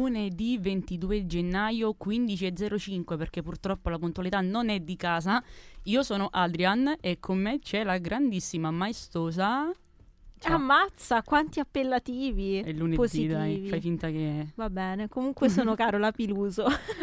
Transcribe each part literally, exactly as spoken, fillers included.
lunedì ventidue gennaio quindici e zero cinque, perché purtroppo la puntualità non è di casa. Io sono Adrian e con me c'è la grandissima, maestosa... Ciao. Ammazza, quanti appellativi È lunedì, positivi. dai, fai finta che... Va bene, comunque sono Carola Piluso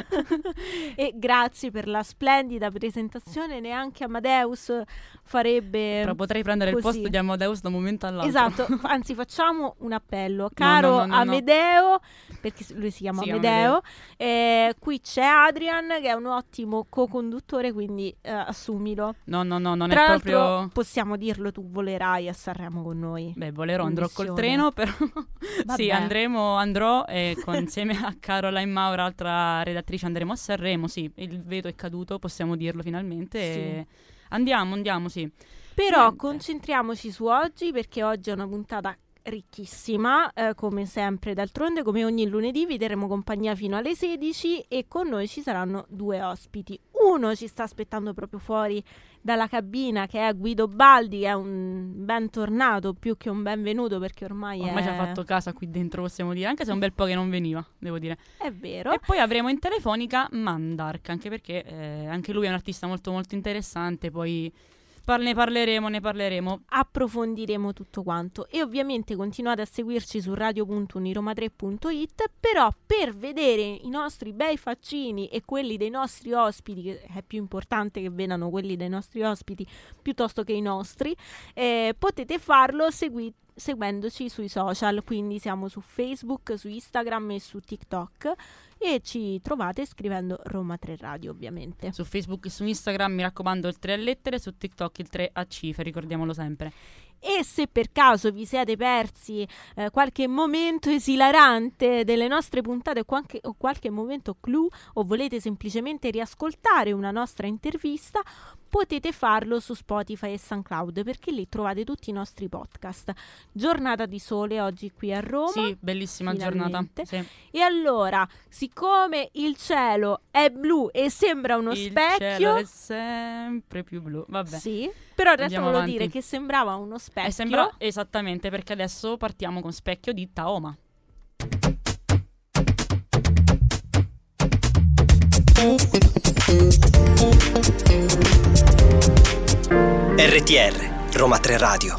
e grazie per la splendida presentazione. Neanche Amadeus farebbe Però potrei prendere così. il posto di Amadeus da un momento all'altro. Esatto, anzi facciamo un appello. Caro no, no, no, no, Amedeo, no. Perché lui si chiama sì, Amedeo, eh, qui c'è Adrian che è un ottimo co-conduttore, quindi eh, assumilo. No, no, no, non Tra è l'altro, proprio... possiamo dirlo, tu volerai a Sanremo con noi. Beh, volerò, andrò missione. col treno, però Vabbè. sì, andremo, andrò e con, insieme a Caroline Maura, altra redattrice, andremo a Sanremo, sì, il veto è caduto, possiamo dirlo finalmente, Sì. e andiamo, andiamo, sì. Però Niente. concentriamoci su oggi, perché oggi è una puntata ricchissima, eh, come sempre. D'altronde, come ogni lunedì, vi terremo compagnia fino alle sedici e con noi ci saranno due ospiti. Uno ci sta aspettando proprio fuori dalla cabina, che è Guido Baldi, che è un bentornato più che un benvenuto, perché ormai, Ormai è... ci ha fatto casa qui dentro, possiamo dire, anche se è un bel po' che non veniva, devo dire. È vero. E poi avremo in telefonica Mandark, anche perché eh, anche lui è un artista molto molto interessante, poi... Par- ne parleremo, ne parleremo. Approfondiremo tutto quanto e ovviamente continuate a seguirci su radio punto uniroma tre punto it. Però per vedere i nostri bei faccini e quelli dei nostri ospiti, che è più importante che vedano quelli dei nostri ospiti piuttosto che i nostri, eh, potete farlo segui- seguendoci sui social, quindi siamo su Facebook, su Instagram e su TikTok. E ci trovate scrivendo Roma tre Radio, ovviamente. Su Facebook e su Instagram, mi raccomando, il tre a lettere, su TikTok il tre a cifre, ricordiamolo sempre. E se per caso vi siete persi eh, qualche momento esilarante delle nostre puntate o qualche, o qualche momento clou, o volete semplicemente riascoltare una nostra intervista, potete farlo su Spotify e SoundCloud, perché lì trovate tutti i nostri podcast. Giornata di sole oggi qui a Roma. Sì, bellissima finalmente. giornata. Sì. E allora, siccome il cielo è blu e sembra uno il specchio, cielo è sempre più blu. Vabbè. sì, però in realtà Andiamo volevo avanti. dire che sembrava uno specchio. E sembra esattamente, perché adesso partiamo con Specchio di Taoma. R T R, Roma tre Radio.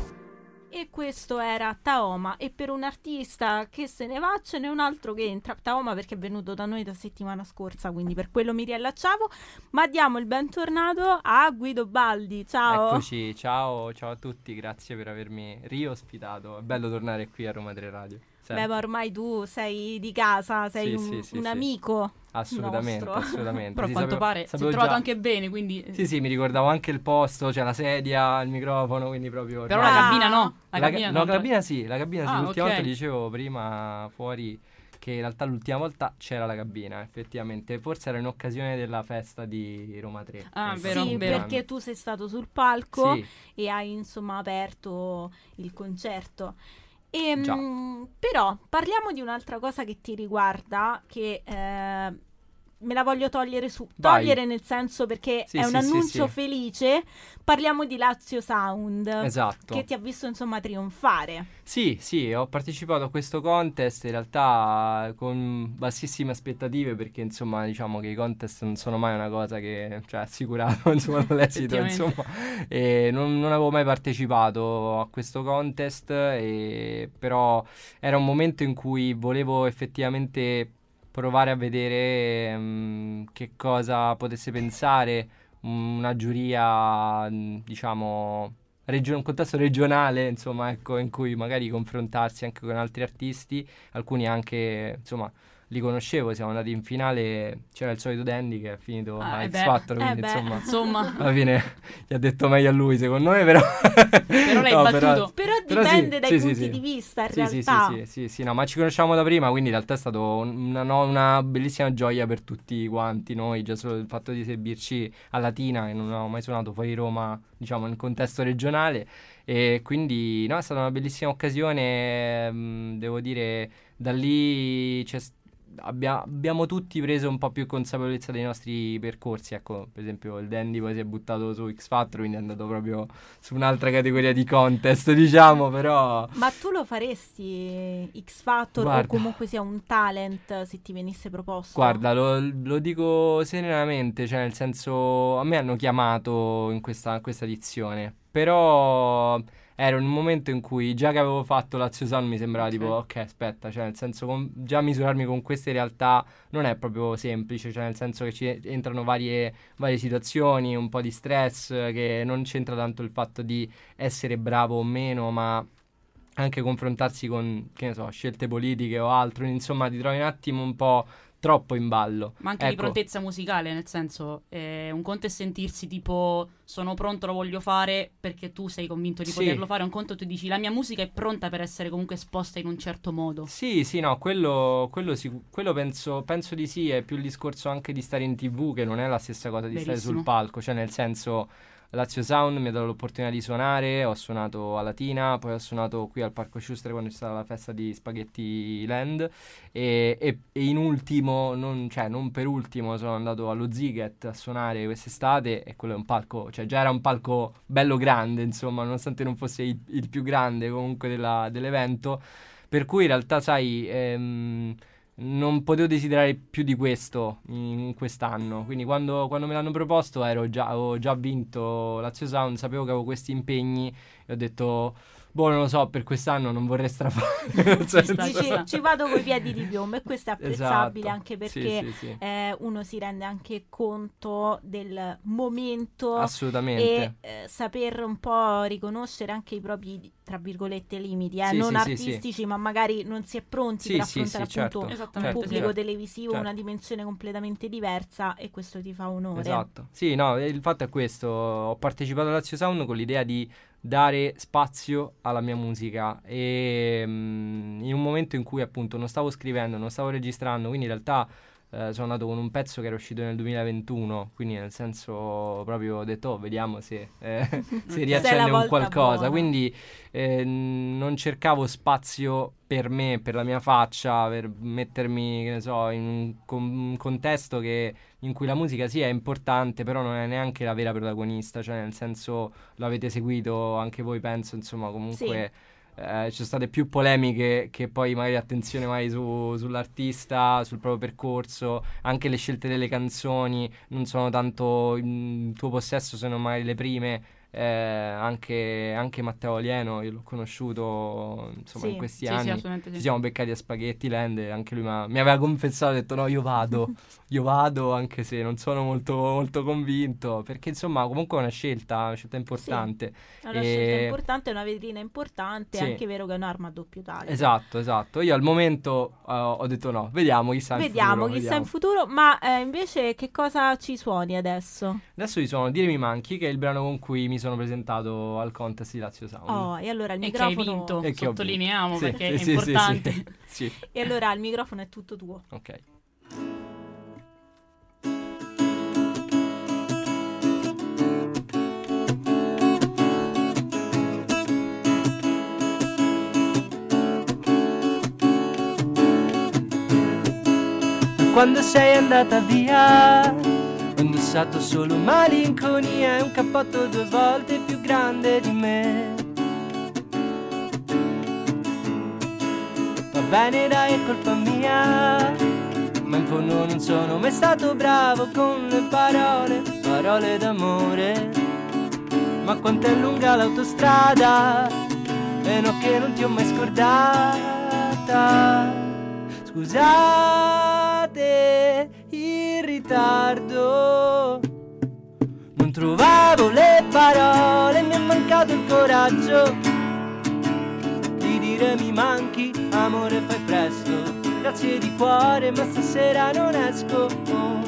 E questo era Taoma, e per un artista che se ne va ce n'è un altro che entra. Taoma perché è venuto da noi la settimana scorsa, quindi per quello mi riallacciavo. Ma diamo il bentornato a Guido Baldi. Ciao. Eccoci, ciao, ciao a tutti, grazie per avermi riospitato. È bello tornare qui a Roma tre Radio. Beh, ma ormai tu sei di casa, sei Sì, un, sì, sì, un sì. amico. Assolutamente, nostro. assolutamente. Però a Sì, quanto sapevo- pare si è sapevo trovato già- anche bene, quindi... Sì, sì, mi ricordavo anche il posto, cioè la sedia, il microfono, quindi proprio... Però ormai- la Ah. cabina no. La, La, cabina no, no. la cabina sì, la cabina sì, Ah, l'ultima ok. volta dicevo prima fuori che in realtà l'ultima volta c'era la cabina, effettivamente, forse era in occasione della festa di Roma tre. Ah, Eh, vero, Sì, vero. perché tu sei stato sul palco Sì, e hai insomma aperto il concerto. E, Già. mh, però parliamo di un'altra cosa che ti riguarda, che eh, me la voglio togliere su Vai. togliere nel senso perché Sì, è un sì, sì, annuncio sì. felice. Parliamo di Lazio Sound, esatto. che ti ha visto insomma trionfare. Sì, sì, ho partecipato a questo contest in realtà con bassissime aspettative, perché insomma diciamo che i contest non sono mai una cosa che cioè assicurato insomma l'esito, Effettivamente. insomma, e non, non avevo mai partecipato a questo contest, e però era un momento in cui volevo effettivamente provare a vedere mm, che cosa potesse pensare una giuria, mm, diciamo, regio- un contesto regionale, insomma, ecco, in cui magari confrontarsi anche con altri artisti, alcuni anche, insomma, li conoscevo, siamo andati in finale, c'era il solito Dandy che è finito Ah, a eh X beh. Factor, Eh quindi beh. insomma, Insomma, alla fine gli ha detto meglio a lui, secondo me, però... Però l'hai No, battuto. Però però sì, dipende dai sì, sì, punti sì. di vista in Sì, sì, realtà. sì, sì, sì, sì, no, ma ci conosciamo da prima, quindi in realtà è stato una, no, una bellissima gioia per tutti quanti noi, già solo il fatto di esibirci a Latina, che non avevo mai suonato fuori Roma, diciamo, nel contesto regionale, e quindi, no, è stata una bellissima occasione, mh, devo dire, da lì c'è s- abbia- abbiamo tutti preso un po' più consapevolezza dei nostri percorsi. Ecco, per esempio il Dandy poi si è buttato su X Factor, quindi è andato proprio su un'altra categoria di contest, diciamo, però... Ma tu lo faresti X Factor Guarda. o comunque sia un talent se ti venisse proposto? Guarda, lo, lo dico serenamente, cioè nel senso, a me hanno chiamato in questa, in questa edizione, però ero in un momento in cui già che avevo fatto Lazio Sound mi sembrava Ok. tipo, ok, aspetta, cioè nel senso, con- già misurarmi con queste realtà non è proprio semplice, cioè nel senso che ci entrano varie, varie situazioni, un po' di stress, che non c'entra tanto il fatto di essere bravo o meno, ma anche confrontarsi con, che ne so, scelte politiche o altro, insomma ti trovi un attimo un po' troppo in ballo. Ma anche di Ecco. prontezza musicale, nel senso, eh, un conto è sentirsi tipo sono pronto, lo voglio fare perché tu sei convinto di Sì. poterlo fare, un conto tu dici la mia musica è pronta per essere comunque esposta in un certo modo. Sì, sì, no, quello, quello, sicu- quello penso, penso di sì, è più il discorso anche di stare in tivù, che non è la stessa cosa di stare Verissimo. sul palco, cioè nel senso Lazio Sound mi ha dato l'opportunità di suonare, ho suonato a Latina, poi ho suonato qui al Parco Schuster quando c'è stata la festa di Spaghetti Land e, e- e in ultimo, non, cioè non per ultimo, sono andato allo Ziget a suonare quest'estate e quello è un palco, cioè già era un palco bello grande, insomma, nonostante non fosse il, il più grande comunque della- dell'evento. Per cui in realtà, sai, ehm, non potevo desiderare più di questo in quest'anno. Quindi quando, quando me l'hanno proposto ero già, avevo già vinto Lazio Sound, sapevo che avevo questi impegni e ho detto, boh, non lo so, per quest'anno non vorrei strafare. Nel Ci sta, senso- ci Dici, sta. ci vado coi piedi di piombo e questo è apprezzabile Esatto. anche perché Sì, sì, sì. eh, uno si rende anche conto del momento Assolutamente. e eh, saper un po' riconoscere anche i propri, tra virgolette, limiti, eh, Sì, non sì, sì, artistici, ma magari non si è pronti Sì, per sì, affrontare sì, appunto certo. un Esattamente, pubblico sì. televisivo, Certo. una dimensione completamente diversa e questo ti fa onore. Esatto. Sì, no, il fatto è questo. Ho partecipato alla Lazio Sound con l'idea di dare spazio alla mia musica e mm, in un momento in cui appunto non stavo scrivendo, non stavo registrando, quindi in realtà eh, sono andato con un pezzo che era uscito nel duemilaventuno, quindi nel senso proprio ho detto, oh, vediamo se, eh, se Sei riaccende la un volta qualcosa, buona. quindi eh, non cercavo spazio per me, per la mia faccia, per mettermi, che ne so, in un, con- un contesto che in cui la musica sì è importante, però non è neanche la vera protagonista, cioè nel senso l'avete seguito anche voi, penso, insomma, comunque eh, ci sono state più polemiche che poi magari attenzione mai su- sull'artista, sul proprio percorso, anche le scelte delle canzoni non sono tanto in tuo possesso, se non magari le prime. Eh, anche, anche Matteo Alieno, io l'ho conosciuto insomma Sì. in questi Sì, sì, anni, assolutamente ci sì. siamo beccati a Spaghetti Land e anche lui m'ha- mi aveva confessato, ha detto no, io vado, io vado anche se non sono molto, molto convinto, perché insomma comunque è una scelta, una scelta importante. È una E- scelta importante, è una vetrina importante, Sì. è anche vero che è un'arma a doppio taglio. Esatto, esatto. Io al momento eh, ho detto no, vediamo chissà in Vediamo, futuro, chissà in vediamo. futuro, ma eh, invece che cosa ci suoni adesso? Adesso vi suono Dire mi manchi, che è il brano con cui mi sono presentato al contest di Lazio Sound. Oh, e allora il E che hai microfono vinto, E che ho sottolineiamo vinto. Sì, perché sì, è sì, sì, importante. sì, sì. e allora il microfono è tutto tuo. Ok. Quando sei andata via, ho indossato solo malinconia e un cappotto due volte più grande di me. Va bene, dai, è colpa mia, ma in fondo non sono mai stato bravo con le parole, parole d'amore. Ma quanto è lunga l'autostrada, e no che non ti ho mai scordata. Scusate il ritardo, non trovavo le parole, mi è mancato il coraggio di dire mi manchi, amore fai presto, grazie di cuore ma stasera non esco. Oh,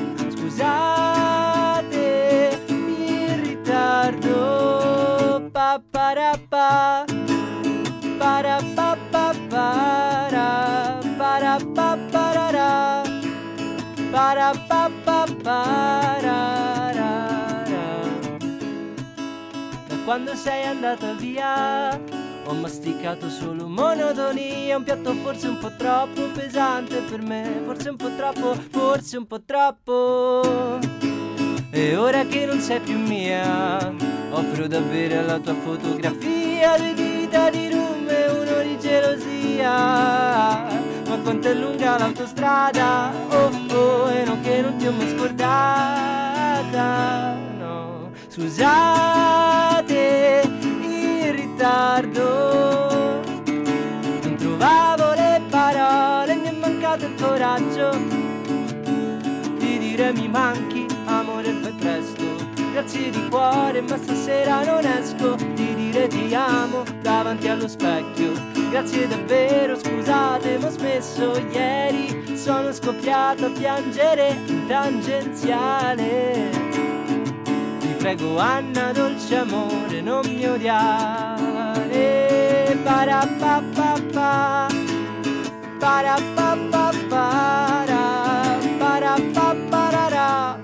scusate il ritardo, pa parappa, parappa para, parappa parara, parappa parara. Da quando sei andata via ho masticato solo monotonia, un piatto forse un po' troppo pesante per me, forse un po' troppo, forse un po' troppo. E ora che non sei più mia, offro da bere alla tua fotografia, due dita di rum e uno di gelosia. Ma quanto è lunga l'autostrada, oh oh, e non che non ti ho mai scordata, no. Scusate il ritardo, non trovavo le parole, mi è mancato il coraggio di dire mi manchi, amore, fai presto. Grazie di cuore, ma stasera non esco, di dire ti amo davanti allo specchio. Grazie davvero, scusate, ma ho smesso ieri, sono scoppiato a piangere in tangenziale. Ti prego Anna, dolce amore, non mi odiare. Parapapapa, parapapapara, parapapara,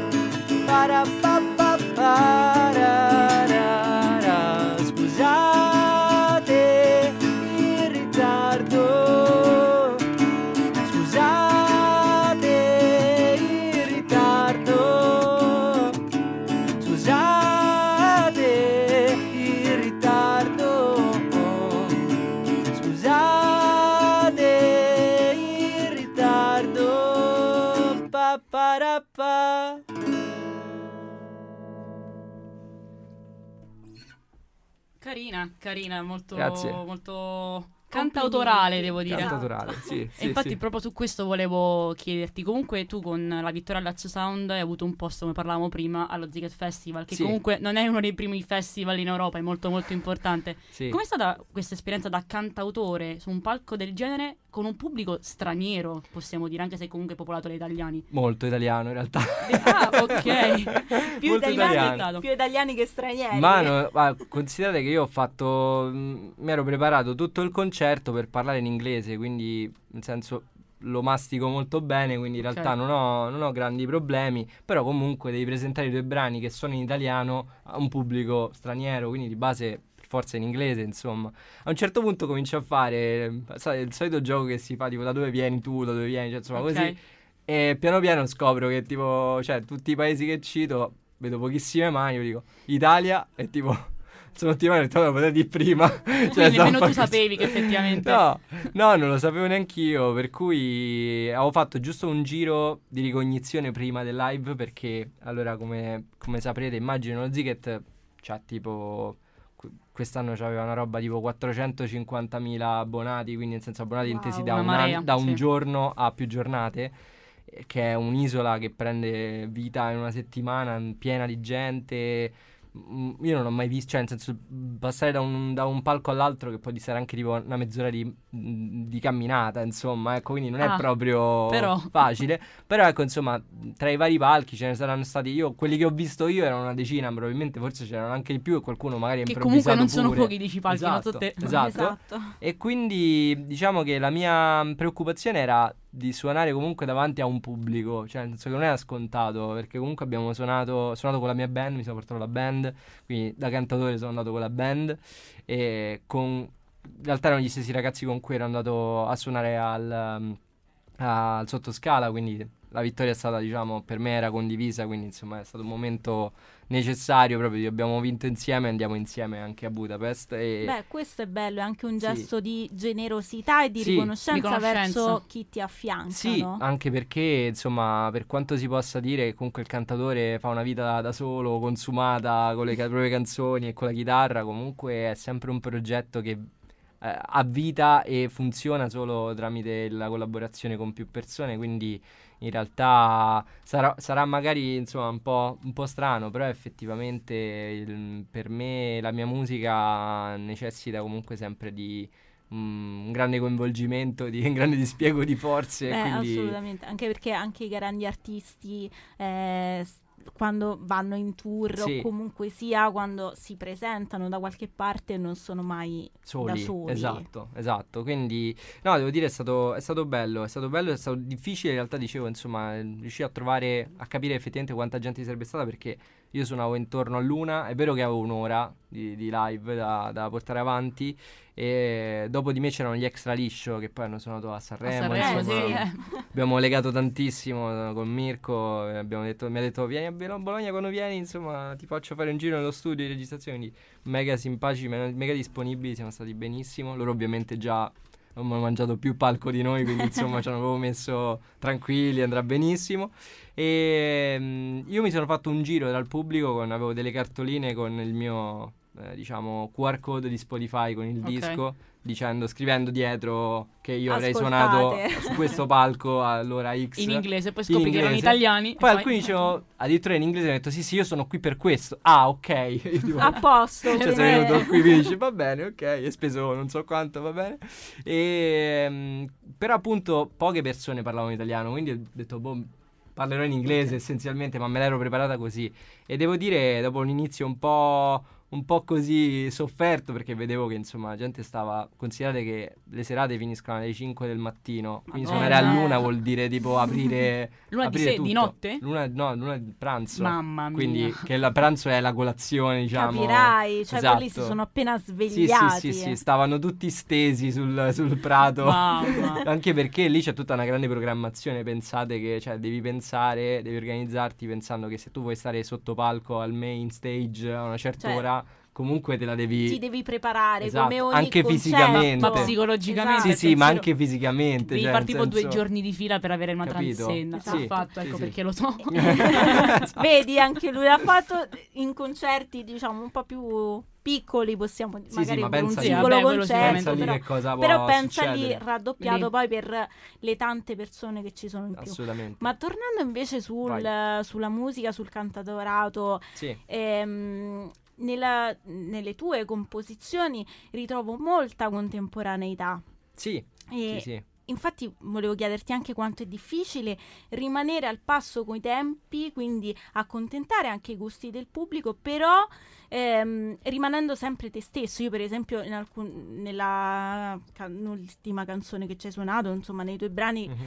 parapapapara. Scusate il ritardo, scusate il ritardo, scusate il ritardo, scusate il ritardo. Pa, parappa. Carina, carina, molto, Grazie. molto cantautorale, devo dire. Cantautorale, sì, E sì, infatti sì. proprio su questo volevo chiederti, comunque tu con la Vittoria Lazio Sound hai avuto un posto, come parlavamo prima, allo Ziget Festival, che Sì. comunque non è uno dei primi festival in Europa, è molto molto importante. Sì. Com'è stata questa esperienza da cantautore su un palco del genere con un pubblico straniero, possiamo dire, anche se comunque popolato da italiani? Molto italiano in realtà. Ah, ok. Più Molto italiani, italiano. più italiani che stranieri. Ma, no, ma considerate che io ho fatto, mh, mi ero preparato tutto il concerto per parlare in inglese, quindi nel senso lo mastico molto bene, quindi in Ok. realtà non ho, non ho grandi problemi, però comunque devi presentare i tuoi brani che sono in italiano a un pubblico straniero, quindi di base per forza in inglese, insomma. A un certo punto comincio a fare, sai, il solito gioco che si fa, tipo da dove vieni tu, da dove vieni, cioè, insomma Ok. così. E piano piano scopro che tipo, cioè tutti i paesi che cito, vedo pochissime mani, io dico Italia e tipo sono tutti i mani, lo potevi dire prima. Cioè, Quindi nemmeno stavo tu facendo- sapevi che effettivamente... No, no, non lo sapevo neanch'io, per cui avevo fatto giusto un giro di ricognizione prima del live, perché allora come, come saprete, immagino lo Ziget c'ha tipo... qu- Quest'anno c'aveva una roba tipo quattrocentocinquantamila abbonati, quindi nel senso abbonati Wow, intesi da, una un, marea, an- da un sì. giorno a più giornate, eh, che è un'isola che prende vita in una settimana, m, piena di gente. Mm, Io non ho mai visto, cioè nel senso passare da un, da un palco all'altro, che poi di stare anche tipo una mezz'ora di, mm, di camminata, insomma, ecco, quindi non è Ah, proprio però. facile. Però ecco, insomma, tra i vari palchi ce ne saranno stati, io quelli che ho visto io erano una decina, probabilmente forse c'erano anche di più, e qualcuno magari ha Che comunque improvvisato non sono pure. pochi, dici, palchi, non so Esatto, te. esatto. Esatto. E quindi diciamo che la mia preoccupazione era di suonare comunque davanti a un pubblico, cioè nel senso che non era scontato, perché comunque abbiamo suonato, suonato con la mia band, mi sono portato la band, quindi da cantatore sono andato con la band, e con, in realtà erano gli stessi ragazzi con cui ero andato a suonare al, um, al Sottoscala, quindi la vittoria è stata, diciamo, per me era condivisa, quindi insomma è stato un momento necessario, proprio abbiamo vinto insieme, andiamo insieme anche a Budapest e Beh, questo è bello, è anche un Sì. gesto di generosità e di Sì. riconoscenza, Riconoscenza. verso chi ti affianca, sì, no? anche perché insomma, per quanto si possa dire che comunque il cantatore fa una vita da solo, consumata con le ca- proprie canzoni e con la chitarra, comunque è sempre un progetto che eh, ha vita e funziona solo tramite la collaborazione con più persone, quindi in realtà sarà, sarà magari insomma un po', un po' strano, però effettivamente il- per me la mia musica necessita comunque sempre di mm, un grande coinvolgimento, di un grande dispiego di forze, Beh, quindi assolutamente, anche perché anche i grandi artisti eh, s- quando vanno in tour Sì. o comunque sia quando si presentano da qualche parte non sono mai Soli, da soli. esatto, esatto. Quindi, no, devo dire è stato, è stato bello, è stato bello, è stato difficile in realtà, dicevo, insomma, riuscire a trovare, a capire effettivamente quanta gente ci sarebbe stata, perché io suonavo intorno all'una, è vero che avevo un'ora di, di live da, da portare avanti, e dopo di me c'erano gli Extra Liscio che poi hanno suonato a Sanremo, A Sanremo, insomma, sì, eh. abbiamo legato tantissimo con Mirko, e abbiamo detto, mi ha detto vieni a Belo- Bologna quando vieni, insomma ti faccio fare un giro nello studio di registrazione, quindi mega simpatici, me- mega disponibili, siamo stati benissimo, loro ovviamente già hanno mangiato più palco di noi, quindi insomma ci hanno proprio messo tranquilli, andrà benissimo. E mh, io mi sono fatto un giro dal pubblico, con, avevo delle cartoline con il mio eh, diciamo Q R code di Spotify con il Ok. disco, dicendo, scrivendo dietro che io avrei Ascoltate. suonato su questo palco all'ora X In inglese, poi in scopri che erano inglese. italiani. Poi e alcuni dicevano addirittura in inglese, hanno detto sì sì io sono qui per questo. Ah ok. Io tipo, A posto. cioè bene. sono venuto qui, quindi dice va bene, ok, hai speso non so quanto, va bene. E, mm, però appunto poche persone parlavano italiano, quindi ho detto boh, parlerò in inglese essenzialmente, ma me l'ero preparata così. E devo dire, dopo un inizio un po'... un po' così sofferto, perché vedevo che insomma la gente stava, considerate che le serate finiscono alle cinque del mattino, quindi Madonna. suonare all'una vuol dire tipo aprire L'una di, aprire se- di tutto. notte? L'una, no, l'una di pranzo. Mamma mia. Quindi che il pranzo è la colazione, diciamo. Capirai, cioè Esatto. quelli si sono appena Sì, svegliati. sì, sì, sì, stavano tutti stesi sul, sul prato. Mamma. Anche perché lì c'è tutta una grande programmazione. Pensate che, cioè, devi pensare, devi organizzarti pensando che se tu vuoi stare sotto palco al main stage a una certa Cioè, ora, comunque te la devi... Ti devi preparare Esatto, come ogni anche concerto. fisicamente. Ma psicologicamente, Sì, nel sì, ma senso, anche fisicamente. devi cioè, fare nel tipo due senso- giorni di fila per avere una Capito? transenna. Esatto. L'ha fatto, Sì, ecco sì. perché lo so. Vedi, anche lui l'ha fatto in concerti, diciamo, un po' più piccoli, possiamo dire, Sì, magari sì, ma per un pensa lì. singolo Vabbè, quello concerto, sicuramente. Pensa lì però, che cosa può però pensa lì succedere. raddoppiato Lì. poi per le tante persone che ci sono in più. Assolutamente. Ma tornando invece sul, Vai. sulla musica, sul cantautorato, Sì. ehm, nella- nelle tue composizioni ritrovo molta contemporaneità. Sì, E sì, sì. infatti volevo chiederti anche quanto è difficile rimanere al passo coi tempi, quindi accontentare anche i gusti del pubblico, però ehm, rimanendo sempre te stesso. Io per esempio in alcun- nella can- ultima canzone che ci hai suonato, insomma nei tuoi brani, Mhm.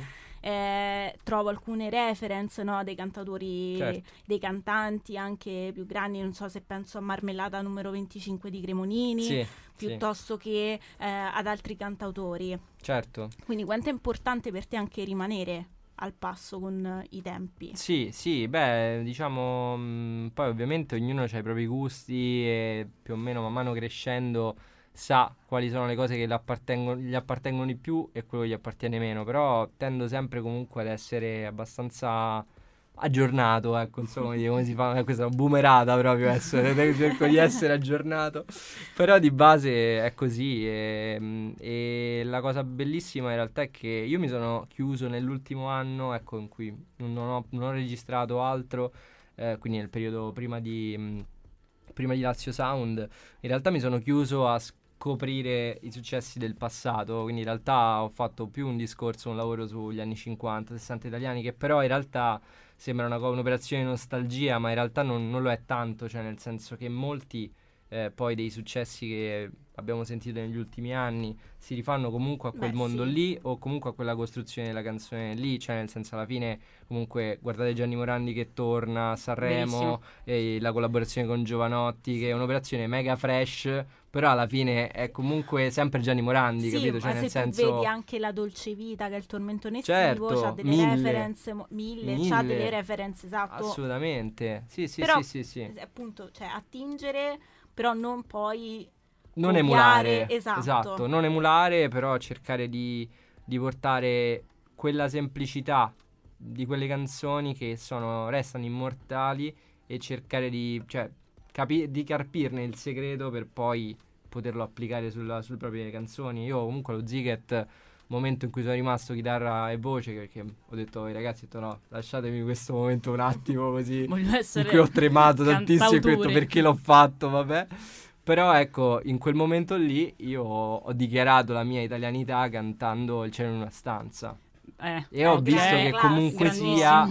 eh, trovo alcune reference, no, dei cantatori, Certo. dei cantanti anche più grandi, non so se penso a Marmellata numero venticinque di Cremonini, Sì, sì, piuttosto che eh, ad altri cantautori. certo. Quindi quanto è importante per te anche rimanere al passo con eh, i tempi? Sì, sì, beh, diciamo, mh, poi ovviamente ognuno ha i propri gusti e più o meno man mano crescendo sa quali sono le cose che le appartengono- gli appartengono di più e quello che gli appartiene meno, però tendo sempre comunque ad essere abbastanza aggiornato, ecco, non so come dire, come si fa, eh, questa è una boomerata proprio, essere, cerco di essere aggiornato, però di base è così e, mh, e la cosa bellissima in realtà è che io mi sono chiuso nell'ultimo anno, ecco, in cui non ho, non ho registrato altro, eh, quindi nel periodo prima di, mh, prima di Lazio Sound, in realtà mi sono chiuso a scoprire i successi del passato, quindi in realtà ho fatto più un discorso, un lavoro sugli anni cinquanta sessanta italiani, che però in realtà sembra una co- un'operazione di nostalgia, ma in realtà non, non lo è tanto, cioè nel senso che molti eh, poi dei successi che abbiamo sentito negli ultimi anni si rifanno comunque a quel Beh, mondo sì. lì o comunque a quella costruzione della canzone lì, cioè nel senso alla fine comunque guardate Gianni Morandi che torna a Sanremo, e la collaborazione con Giovanotti che è un'operazione mega fresh, però alla fine è comunque sempre Gianni Morandi, Sì, capito? ma Cioè se nel tu senso vedi anche La Dolce Vita, che è il tormentone estivo, Certo, c'ha delle mille. reference, mo- mille, c'ha Mille. delle reference, esatto. assolutamente. Sì, sì, Però, sì, sì, sì. eh, appunto, cioè attingere, però non poi Non copiare, emulare, esatto. non emulare, però cercare di, di portare quella semplicità di quelle canzoni che sono, restano immortali e cercare di, cioè, capi- di carpirne il segreto per poi poterlo applicare sulla- sulle proprie canzoni. Io comunque lo Ziget, momento in cui sono rimasto chitarra e voce, perché ho detto ai ragazzi, ho detto no, lasciatemi questo momento un attimo così, Voglio in essere cui ho tremato tantissimo e ho detto cantautore. perché l'ho fatto, vabbè. Però ecco, in quel momento lì io ho, ho dichiarato la mia italianità cantando Il cielo in una stanza. Eh, E ho ok. visto che classe, comunque grandissimo. sia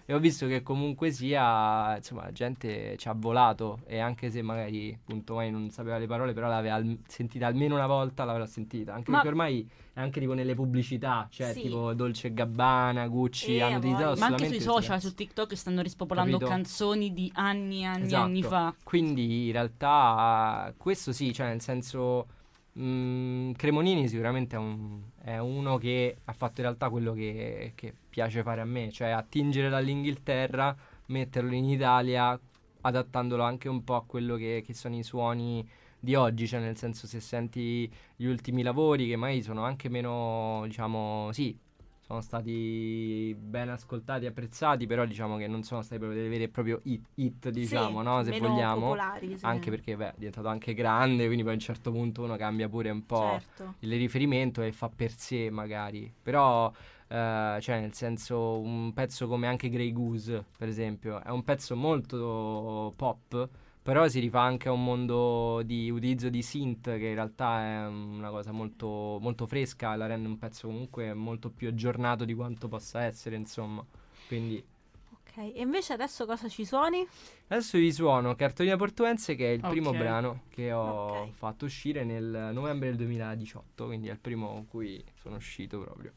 e ho visto che comunque sia, insomma, la gente ci ha volato, e anche se magari appunto mai non sapeva le parole, però l'aveva al- sentita almeno una volta, l'avrà sentita, anche Ma- perché ormai è anche tipo nelle pubblicità, cioè Sì. tipo Dolce e Gabbana, Gucci, Eh, hanno a utilizzato voglia. Ma anche solamente sui questi social, su TikTok stanno rispopolando Capito? canzoni di anni e anni e Esatto. anni fa. Quindi in realtà questo sì, cioè nel senso mh, Cremonini sicuramente è, un- è uno che ha fatto in realtà quello che, che piace fare a me, cioè attingere dall'Inghilterra, metterlo in Italia, adattandolo anche un po' a quello che, che sono i suoni di oggi, cioè nel senso, se senti gli ultimi lavori che magari sono anche meno, diciamo, sì, sono stati ben ascoltati e apprezzati, però diciamo che non sono stati proprio delle vere e proprie hit, hit, diciamo, Sì, no? Se meno vogliamo. popolari, sì. Anche perché beh, è diventato anche grande, quindi poi a un certo punto uno cambia pure un po' Certo. il riferimento e fa per sé magari. Però, eh, cioè nel senso, un pezzo come anche Grey Goose, per esempio, è un pezzo molto pop, però si rifà anche a un mondo di utilizzo di synth che in realtà è una cosa molto, molto fresca, e la rende un pezzo comunque molto più aggiornato di quanto possa essere, insomma. Quindi Ok, e invece adesso cosa ci suoni? adesso vi suono Cartolina Portuense, che è il Ok. primo brano che ho Ok. fatto uscire nel novembre del duemiladiciotto, quindi è il primo con cui sono uscito proprio.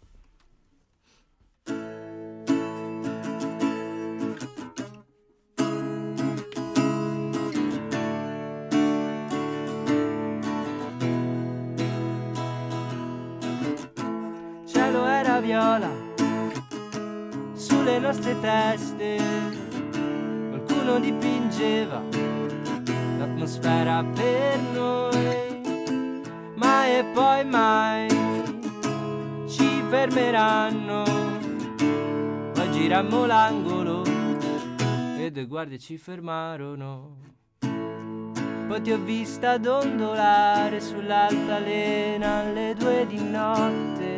Cielo era viola sulle nostre teste, qualcuno dipingeva l'atmosfera per noi, mai e poi mai ci fermeranno. Poi girammo l'angolo e due guardie ci fermarono. Poi ti ho vista dondolare sull'altalena alle due di notte.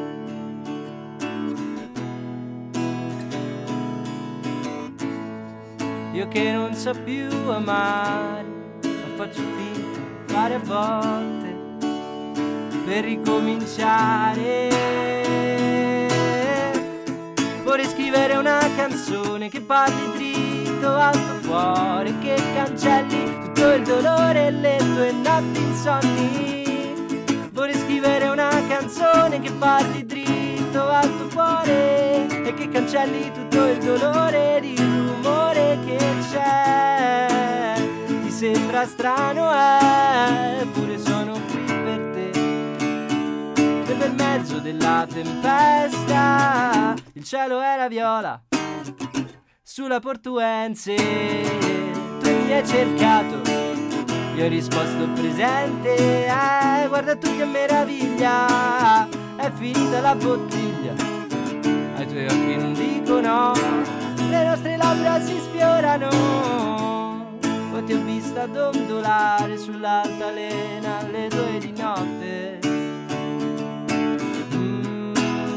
Io che non so più amare, ma faccio finta di fare a volte per ricominciare. Vorrei scrivere una canzone che parli dritto al tuo cuore, che cancelli tutto il dolore e le tue notti insonni. Vorrei scrivere una canzone che parli dritto al tuo cuore e che cancelli tutto il dolore e il rumore che c'è. Ti sembra strano, eh? Eppure sono qui per te. E nel mezzo della tempesta il cielo era viola sulla Portuense. Tu mi hai cercato, io ho risposto presente. Eh, guarda tu che meraviglia, è finita la bottiglia. Ai tuoi occhi non dico no, le nostre labbra si sfiorano. Poi ti ho vista dondolare sull'altalena alle due di notte. Mm,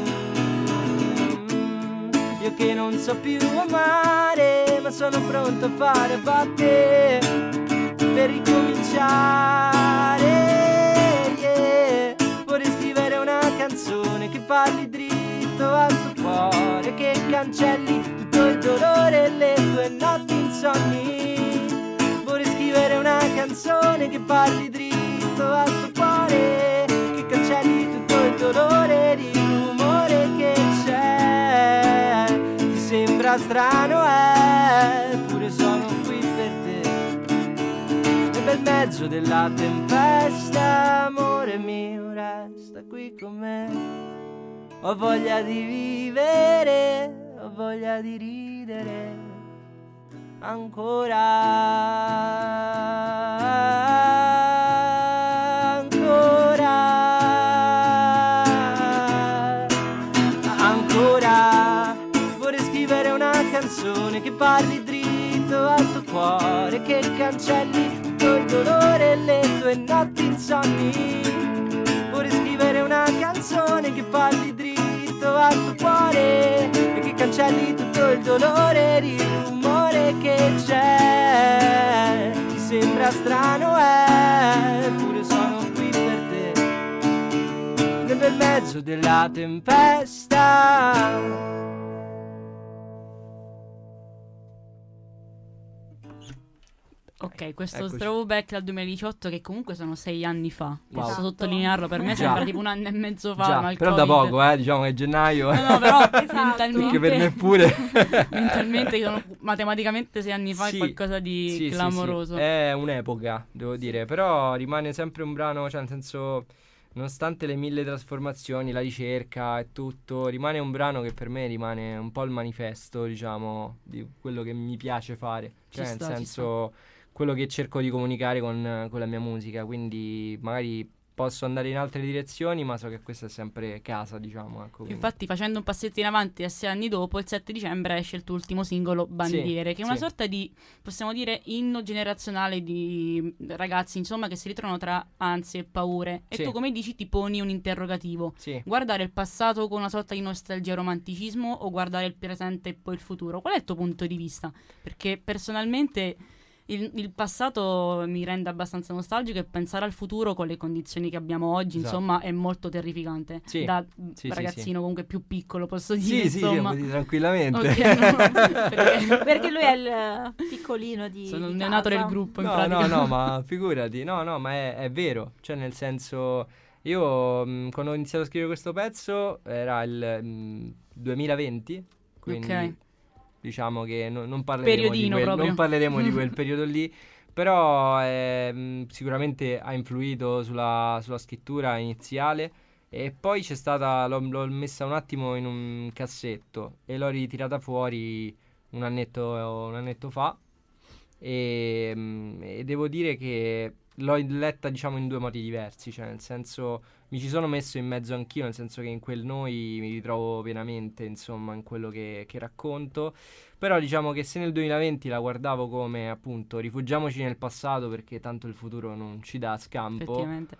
io che non so più amare, ma sono pronto a fare batte per ricominciare, yeah. Vorrei scrivere una canzone che parli dritto al tuo cuore, che cancelli tutto il dolore e le tue notti insonni. Vorrei scrivere una canzone che parli dritto al tuo cuore, che cancelli tutto il dolore e il rumore che c'è. Ti sembra strano, eh? Eppure sono qui per te. Nel mezzo della tempesta, amore mio, resta qui con me. Ho voglia di vivere, ho voglia di ridere ancora, ancora, ancora. Vorrei scrivere una canzone che parli dritto al tuo cuore, che cancelli tutto il dolore e le tue notti insonni. Vorrei scrivere una canzone che parli dritto al tuo cuore e che cancelli tutto il dolore e il rumore che c'è. Ti sembra strano, eh? Eppure sono qui per te. Nel bel mezzo della tempesta Ok, questo Eccoci. throwback dal duemiladiciotto che comunque sono sei anni fa. Wow. Posso sottolinearlo, per me Già. sembra tipo un anno e mezzo fa. Già, ma il però da Covid- poco, eh, diciamo che è gennaio. No, no, però Esatto. mentalmente, Perché per me pure. mentalmente sono matematicamente sei anni fa Sì, è qualcosa di sì, sì, clamoroso. sì. È un'epoca, devo dire, però rimane sempre un brano, cioè nel senso, nonostante le mille trasformazioni, la ricerca e tutto, rimane un brano che per me rimane un po' il manifesto, diciamo, di quello che mi piace fare. Cioè Ci nel sta, ci senso, quello che cerco di comunicare con, con la mia musica, quindi magari posso andare in altre direzioni, ma so che questa è sempre casa, diciamo, ecco. quindi- Infatti, facendo un passetto in avanti, a sei anni dopo, il sette dicembre esce il tuo ultimo singolo, Bandiere, Sì, che è una sì. sorta di, possiamo dire, inno generazionale di ragazzi, insomma, che si ritrovano tra ansie e paure. E Sì. tu, come dici, ti poni un interrogativo. Sì. Guardare il passato con una sorta di nostalgia e romanticismo o guardare il presente e poi il futuro? Qual è il tuo punto di vista? Perché personalmente il, il passato mi rende abbastanza nostalgico e pensare al futuro con le condizioni che abbiamo oggi, Esatto. insomma, è molto terrificante. Sì. Da Sì, sì, ragazzino sì. comunque più piccolo, posso Sì, dire, sì, sì, insomma. puoi dire tranquillamente. Ok, no, perché Perché lui è il eh, piccolino di sono il di neonato casa. del gruppo, in No, pratica. no, no, ma figurati, no, no, ma è, è vero, cioè nel senso, io mh, quando ho iniziato a scrivere questo pezzo era il mh, duemilaventi, quindi Ok. diciamo che no- non parleremo di Periodino quel, proprio. non parleremo di quel periodo lì, però eh, mh, sicuramente ha influito sulla, sulla scrittura iniziale. E poi c'è stata, l'ho, l'ho messa un attimo in un cassetto e l'ho ritirata fuori un annetto, un annetto fa e, mm, e devo dire che l'ho letta diciamo in due modi diversi, cioè nel senso mi ci sono messo in mezzo anch'io, nel senso che in quel noi mi ritrovo pienamente insomma in quello che, che racconto, però diciamo che se nel duemilaventi la guardavo come appunto rifugiamoci nel passato perché tanto il futuro non ci dà scampo. Effettivamente.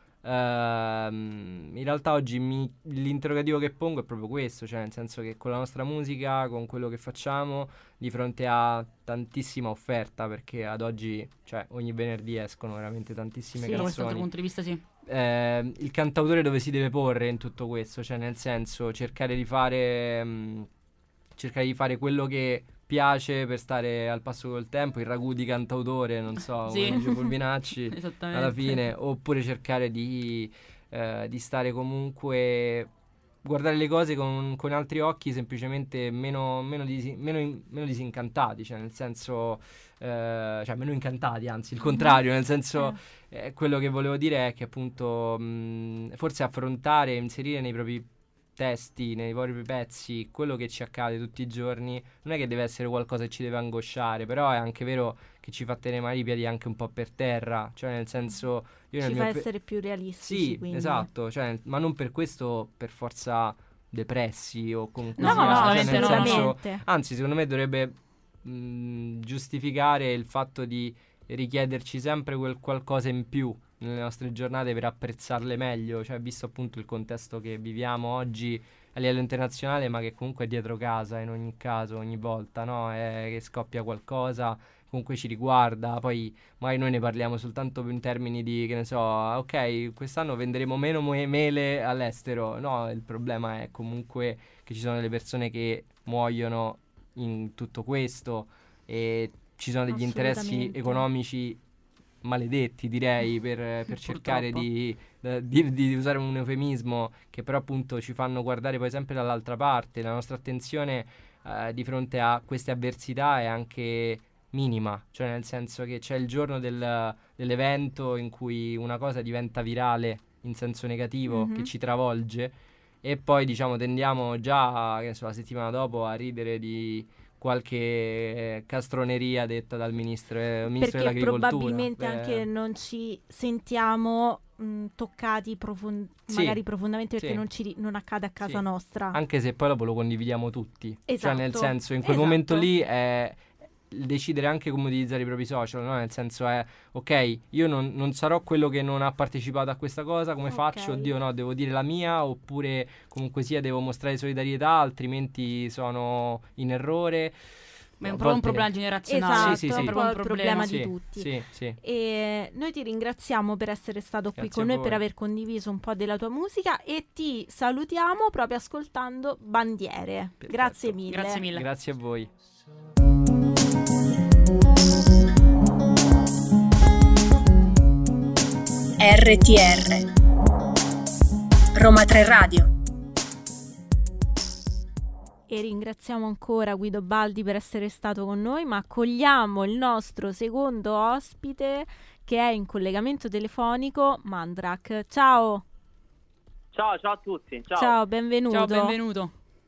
Ehm, in realtà oggi mi- l'interrogativo che pongo è proprio questo, cioè nel senso che con la nostra musica, con quello che facciamo, di fronte a tantissima offerta, perché ad oggi, cioè ogni venerdì escono veramente tantissime Sì, da questo canzoni. punto di vista sì. Eh, il cantautore dove si deve porre in tutto questo, cioè nel senso cercare di fare mh, cercare di fare quello che piace per stare al passo col tempo, il ragù di cantautore, non so, Sì. come dice Fulminacci Esattamente. alla fine, oppure cercare di, eh, di stare comunque guardare le cose con, con altri occhi, semplicemente meno, meno, disi- meno, in- meno disincantati, cioè nel senso eh, cioè meno incantati, anzi il contrario, nel senso eh, quello che volevo dire è che appunto mh, forse affrontare, inserire nei propri testi, nei propri pezzi quello che ci accade tutti i giorni non è che deve essere qualcosa che ci deve angosciare, però è anche vero che ci fa tenere magari i piedi anche un po' per terra, cioè nel senso io nel Ci mio fa pe- essere più realistici, sì, quindi. esatto, cioè, ma non per questo per forza depressi o comunque No, sia, no, cioè, assolutamente nel no. senso- assolutamente. anzi secondo me dovrebbe mh, giustificare il fatto di richiederci sempre quel qualcosa in più nelle nostre giornate per apprezzarle meglio, cioè visto appunto il contesto che viviamo oggi a livello internazionale, ma che comunque è dietro casa in ogni caso, ogni volta, no? È che scoppia qualcosa, comunque ci riguarda, poi magari noi ne parliamo soltanto in termini di, che ne so, ok, quest'anno venderemo meno mo- mele all'estero, no, il problema è comunque che ci sono delle persone che muoiono in tutto questo e ci sono degli interessi Assolutamente. economici maledetti, direi, per, per cercare Purtroppo. di, eh, di, di usare un eufemismo, che però appunto ci fanno guardare poi sempre dall'altra parte. La nostra attenzione eh, di fronte a queste avversità è anche minima, cioè nel senso che c'è il giorno del- dell'evento in cui una cosa diventa virale in senso negativo, Mhm. che ci travolge, e poi diciamo tendiamo già, che ne so, la settimana dopo a ridere di qualche eh, castroneria detta dal ministro, eh, ministro Perché dell'agricoltura. probabilmente Beh, anche non ci sentiamo mh, toccati profon- Sì, magari profondamente perché sì. non, ci ri- non accade a casa Sì. nostra. anche se poi dopo lo condividiamo tutti. Cioè nel Esatto, senso, in quel esatto. momento lì è il decidere anche come utilizzare i propri social, no? Nel senso è, ok, io non, non sarò quello che non ha partecipato a questa cosa, come Ok. faccio? Oddio no, devo dire la mia, oppure comunque sia devo mostrare solidarietà, altrimenti sono in errore. Ma è un A po' un volte- problema generazionale. Esatto, Sì, sì, è sì. un proprio po' il problema di Sì, tutti. Sì, sì. E noi ti ringraziamo per essere stato qui Grazie con a noi, voi. per aver condiviso un po' della tua musica e ti salutiamo proprio ascoltando Bandiere. Perfetto. Grazie mille. Grazie mille. Grazie a voi. R T R Roma tre Radio. E ringraziamo ancora Guido Baldi per essere stato con noi, ma accogliamo il nostro secondo ospite che è in collegamento telefonico, Mandrak. Ciao! Ciao, ciao a tutti. Ciao, Ciao, benvenuto. Ciao, benvenuto.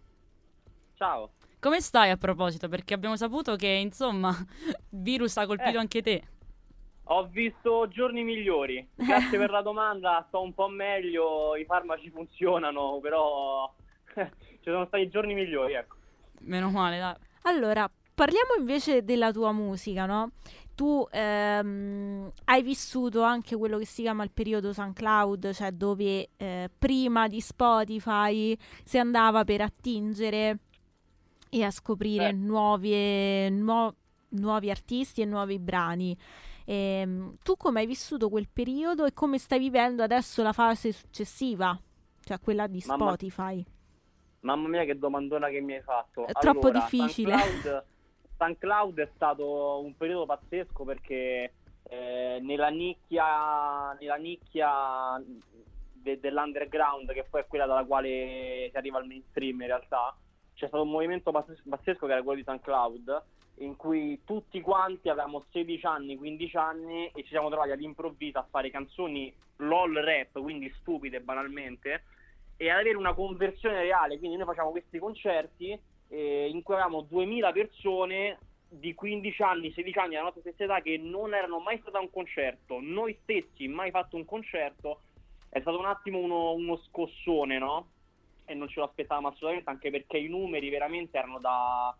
Ciao. Come stai a proposito? Perché abbiamo saputo che, insomma, il virus ha colpito Eh. anche te. Ho visto giorni migliori. Grazie per la domanda, sto un po' meglio, i farmaci funzionano, però ci sono stati giorni migliori, ecco. Meno male, dai. Allora, parliamo invece della tua musica, no? Tu ehm, hai vissuto anche quello che si chiama il periodo SoundCloud, cioè dove eh, prima di Spotify si andava per attingere e a scoprire Eh. nuove, nuo- nuovi artisti e nuovi brani. Ehm, tu come hai vissuto quel periodo e come stai vivendo adesso la fase successiva, cioè quella di Mamma- Spotify? Mamma mia che domandona che mi hai fatto. È troppo Allora, difficile. SoundCloud, SoundCloud è stato un periodo pazzesco perché eh, nella nicchia, nella nicchia de- dell'underground, che poi è quella dalla quale si arriva al mainstream in realtà, c'è stato un movimento pazzes- pazzesco che era quello di SoundCloud, in cui tutti quanti avevamo sedici anni, quindici anni e ci siamo trovati all'improvviso a fare canzoni lol rap, quindi stupide banalmente, e ad avere una conversione reale. Quindi noi facciamo questi concerti eh, in cui avevamo duemila persone di quindici anni, sedici anni, della nostra stessa età, che non erano mai state a un concerto, noi stessi mai fatto un concerto. È stato un attimo uno, uno scossone, no? E non ce lo aspettavamo assolutamente, anche perché i numeri veramente erano da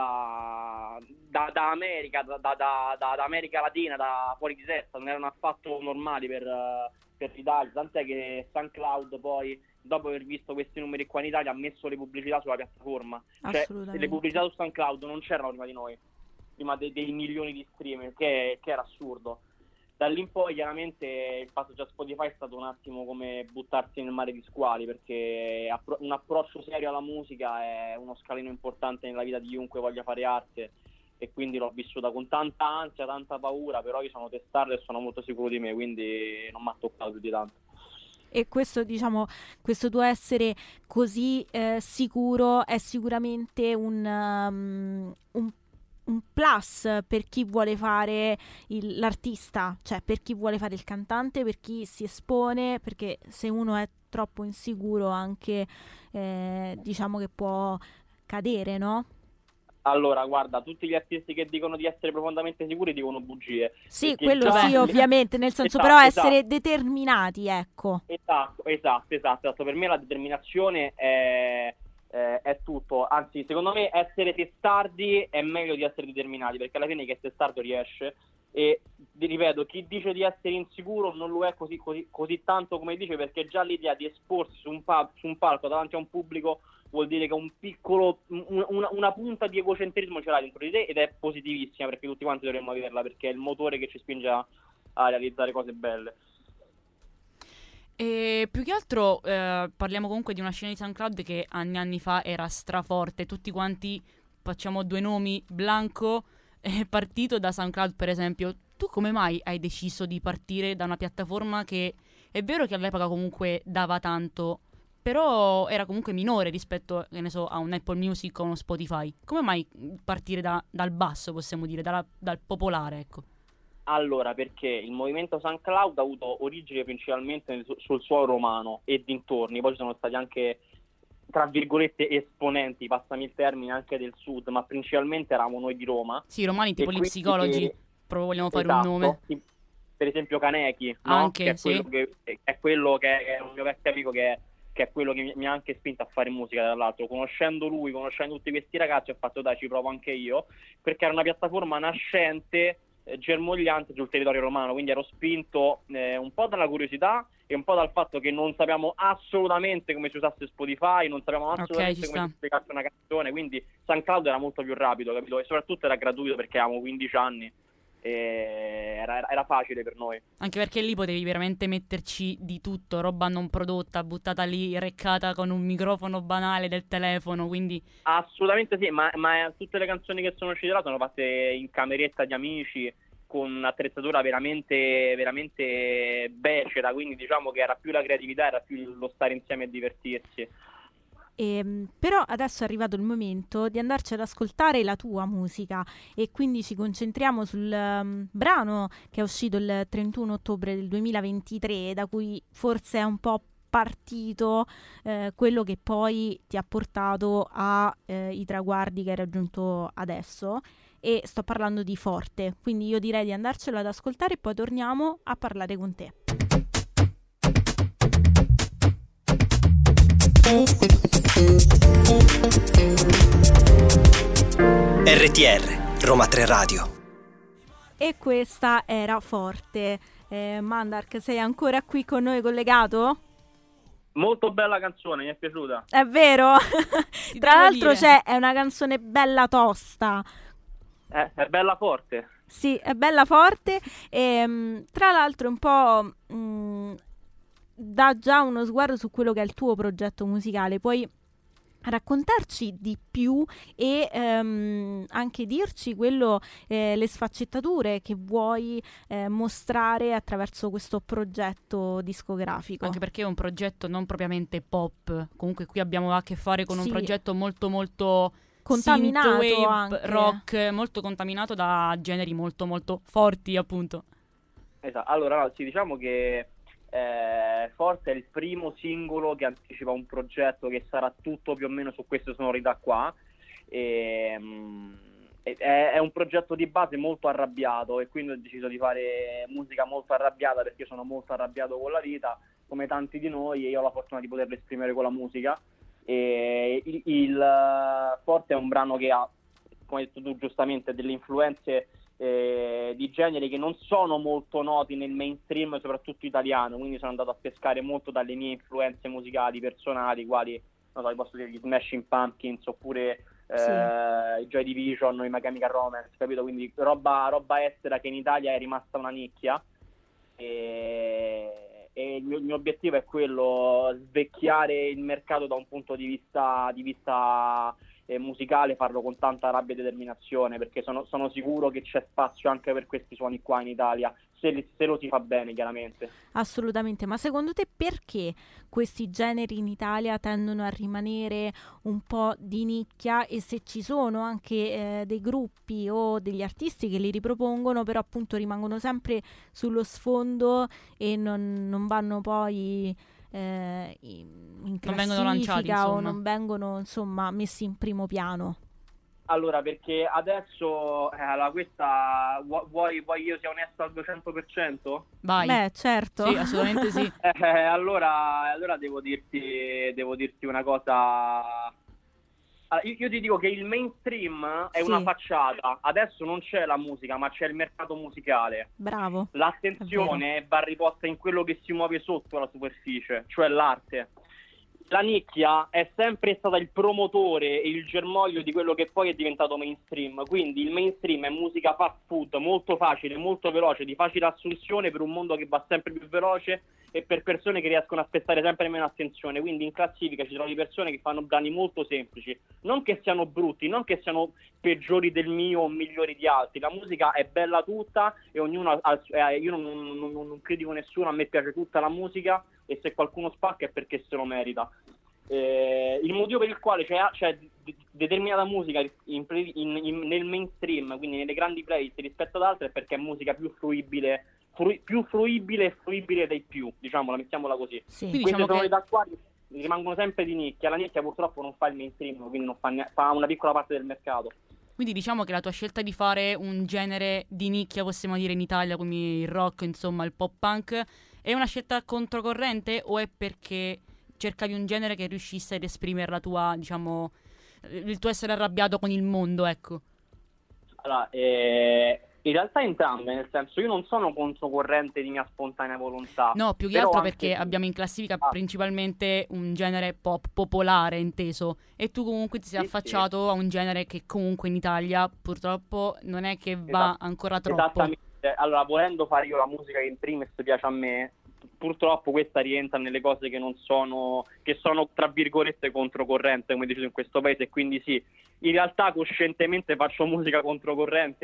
da, da, da America, da, da, da, da America Latina, da fuori di testa, non erano affatto normali per, per l'Italia, tant'è che SoundCloud poi, dopo aver visto questi numeri qua in Italia, ha messo le pubblicità sulla piattaforma. Cioè, Assolutamente. le pubblicità su SoundCloud non c'erano prima di noi, prima dei, dei milioni di streamer, che, che era assurdo. Da lì in poi chiaramente il passaggio a Spotify è stato un attimo come buttarsi nel mare di squali, perché appro- un approccio serio alla musica è uno scalino importante nella vita di chiunque voglia fare arte, e quindi l'ho vissuta con tanta ansia, tanta paura, però io sono testardo e sono molto sicuro di me, quindi non mi ha toccato più di tanto. E questo, diciamo, questo tuo essere così eh, sicuro è sicuramente un, um, un, un plus per chi vuole fare il- l'artista, cioè per chi vuole fare il cantante, per chi si espone, perché se uno è troppo insicuro anche, eh, diciamo che può cadere, no? Allora, guarda, tutti gli artisti che dicono di essere profondamente sicuri dicono bugie. Sì, Perché quello già- sì, ovviamente, nel senso, Esatto, però esatto. essere determinati, ecco. Esatto, esatto, esatto, esatto. Per me la determinazione è, è, è tutto. Anzi, secondo me essere testardi è meglio di essere determinati, perché alla fine che testardo riesce. E vi ripeto, chi dice di essere insicuro non lo è così, così, così tanto come dice, perché già l'idea di esporsi su un, pa- su un palco davanti a un pubblico vuol dire che un piccolo, un- una, una punta di egocentrismo ce l'hai dentro di te, ed è positivissima, perché tutti quanti dovremmo averla, perché è il motore che ci spinge a, a realizzare cose belle. E più che altro eh, parliamo comunque di una scena di SoundCloud che anni e anni fa era straforte. Tutti quanti, facciamo due nomi, Blanco è partito da SoundCloud per esempio. Tu come mai hai deciso di partire da una piattaforma che è vero che all'epoca comunque dava tanto, però era comunque minore rispetto, che ne so, a un Apple Music o uno Spotify? Come mai partire da- dal basso, possiamo dire, dalla- dal popolare, ecco? Allora, perché il movimento SoundCloud ha avuto origine principalmente nel- sul suolo romano e dintorni, poi ci sono stati anche, tra virgolette, esponenti, passami il termine, anche del sud, ma principalmente eravamo noi di Roma. Sì, i romani tipo E gli quindi- psicologi, proprio vogliamo fare Esatto, un nome. sì. Per esempio Kaneki, no? Anche, che è sì. quello che è quello che è un mio vecchio amico che è, che è quello che mi, mi ha anche spinto a fare musica, tra l'altro. Conoscendo lui, conoscendo tutti questi ragazzi, ho fatto dai, ci provo anche io, perché era una piattaforma nascente, eh, germogliante sul territorio romano, quindi ero spinto eh, un po' dalla curiosità e un po' dal fatto che non sappiamo assolutamente come si usasse Spotify, non sappiamo Ok, assolutamente ci come sta. si spiegasse una canzone, quindi SoundCloud era molto più rapido, capito? E soprattutto era gratuito perché avevamo quindici anni e era, era facile per noi. Anche perché lì potevi veramente metterci di tutto, roba non prodotta, buttata lì, reccata con un microfono banale del telefono, quindi Assolutamente sì, ma, ma tutte le canzoni che sono uscite là sono fatte in cameretta di amici, con un'attrezzatura veramente, veramente becera, quindi diciamo che era più la creatività, era più lo stare insieme e divertirsi. E, però adesso è arrivato il momento di andarci ad ascoltare la tua musica e quindi ci concentriamo sul um, brano che è uscito il trentuno ottobre del duemilaventitré, da cui forse è un po' partito eh, quello che poi ti ha portato ai eh, traguardi che hai raggiunto adesso, e sto parlando di Forte, quindi io direi di andarcelo ad ascoltare e poi torniamo a parlare con te. R T R Roma tre Radio. E questa era Forte. eh, Mandark, sei ancora qui con noi collegato? Molto bella canzone, mi è piaciuta. È vero? Tra l'altro dire. c'è, è una canzone bella tosta. Eh, è bella forte. Sì, è bella forte e mh, tra l'altro un po' mh, dà già uno sguardo su quello che è il tuo progetto musicale. Puoi raccontarci di più e ehm, anche dirci quello, eh, le sfaccettature che vuoi eh, mostrare attraverso questo progetto discografico? Anche perché è un progetto non propriamente pop, comunque qui abbiamo a che fare con Sì. un progetto molto molto Contaminato synthwave, anche. rock, molto contaminato da generi molto molto forti, appunto. Esatto. Allora, no, sì, diciamo che eh, Forte è il primo singolo che anticipa un progetto che sarà tutto più o meno su queste sonorità qua. E, mh, è, è un progetto di base molto arrabbiato e quindi ho deciso di fare musica molto arrabbiata perché sono molto arrabbiato con la vita, come tanti di noi, e io ho la fortuna di poterlo esprimere con la musica. E il, il Forte è un brano che ha, come hai detto tu giustamente, delle influenze eh, di generi che non sono molto noti nel mainstream, soprattutto italiano, quindi sono andato a pescare molto dalle mie influenze musicali personali, quali, non so, posso dire gli Smashing Pumpkins oppure eh, Sì. i Joy Division, i My Chemical Romance, capito? Quindi roba, roba estera che in Italia è rimasta una nicchia. E e il mio, il mio obiettivo è quello, svecchiare il mercato da un punto di vista di vista eh, musicale, farlo con tanta rabbia e determinazione, perché sono, sono sicuro che c'è spazio anche per questi suoni qua in Italia, se, se lo si fa bene, chiaramente. Assolutamente, ma secondo te perché questi generi in Italia tendono a rimanere un po' di nicchia, e se ci sono anche eh, dei gruppi o degli artisti che li ripropongono, però appunto rimangono sempre sullo sfondo e non, non vanno poi eh, in, in Non vengono lanciati, classifica o insomma. non vengono insomma messi in primo piano? Allora, perché adesso, eh, allora questa, vu- vuoi, vuoi io sia onesto al duecento per cento? Vai. Beh, certo. Sì, assolutamente sì. Eh, allora, allora devo dirti, devo dirti una cosa. Allora, io, io ti dico che il mainstream è Sì. una facciata. Adesso non c'è la musica, ma c'è il mercato musicale. Bravo. L'attenzione va riposta in quello che si muove sotto la superficie, cioè l'arte. La nicchia è sempre stata il promotore e il germoglio di quello che poi è diventato mainstream. Quindi il mainstream è musica fast food, molto facile, molto veloce, di facile assunzione per un mondo che va sempre più veloce e per persone che riescono a prestare sempre meno attenzione. Quindi in classifica ci trovi persone che fanno brani molto semplici, non che siano brutti, non che siano peggiori del mio o migliori di altri. La musica è bella tutta e ognuno ha, eh, io non, non, non, non critico nessuno, a me piace tutta la musica e se qualcuno spacca è perché se lo merita. Eh, il motivo per il quale c'è, c'è d- determinata musica in, in, in, nel mainstream, quindi nelle grandi playlist rispetto ad altre, è perché è musica più fruibile, fru- più fruibile e fruibile dai più, diciamola, mettiamola così. Sì. Quindi Queste diciamo che sonorità qua rimangono sempre di nicchia, la nicchia purtroppo non fa il mainstream, quindi non fa, ne- fa una piccola parte del mercato. Quindi diciamo che la tua scelta di fare un genere di nicchia, possiamo dire in Italia, come il rock, insomma il pop punk, è una scelta controcorrente o è perché cercavi un genere che riuscisse ad esprimere la tua, diciamo, il tuo essere arrabbiato con il mondo, ecco? Allora, eh, in realtà entrambe, nel senso, io non sono controcorrente di mia spontanea volontà. No, più che però altro anche- perché abbiamo in classifica Ah. principalmente un genere pop popolare inteso e tu comunque ti sei Sì, affacciato a un genere che comunque in Italia purtroppo non è che va Esatto. ancora troppo. Esattamente. Allora, volendo fare io la musica che in primis piace a me, purtroppo questa rientra nelle cose che non sono, che sono tra virgolette controcorrente, come dicevo in questo paese, e quindi sì, in realtà coscientemente faccio musica controcorrente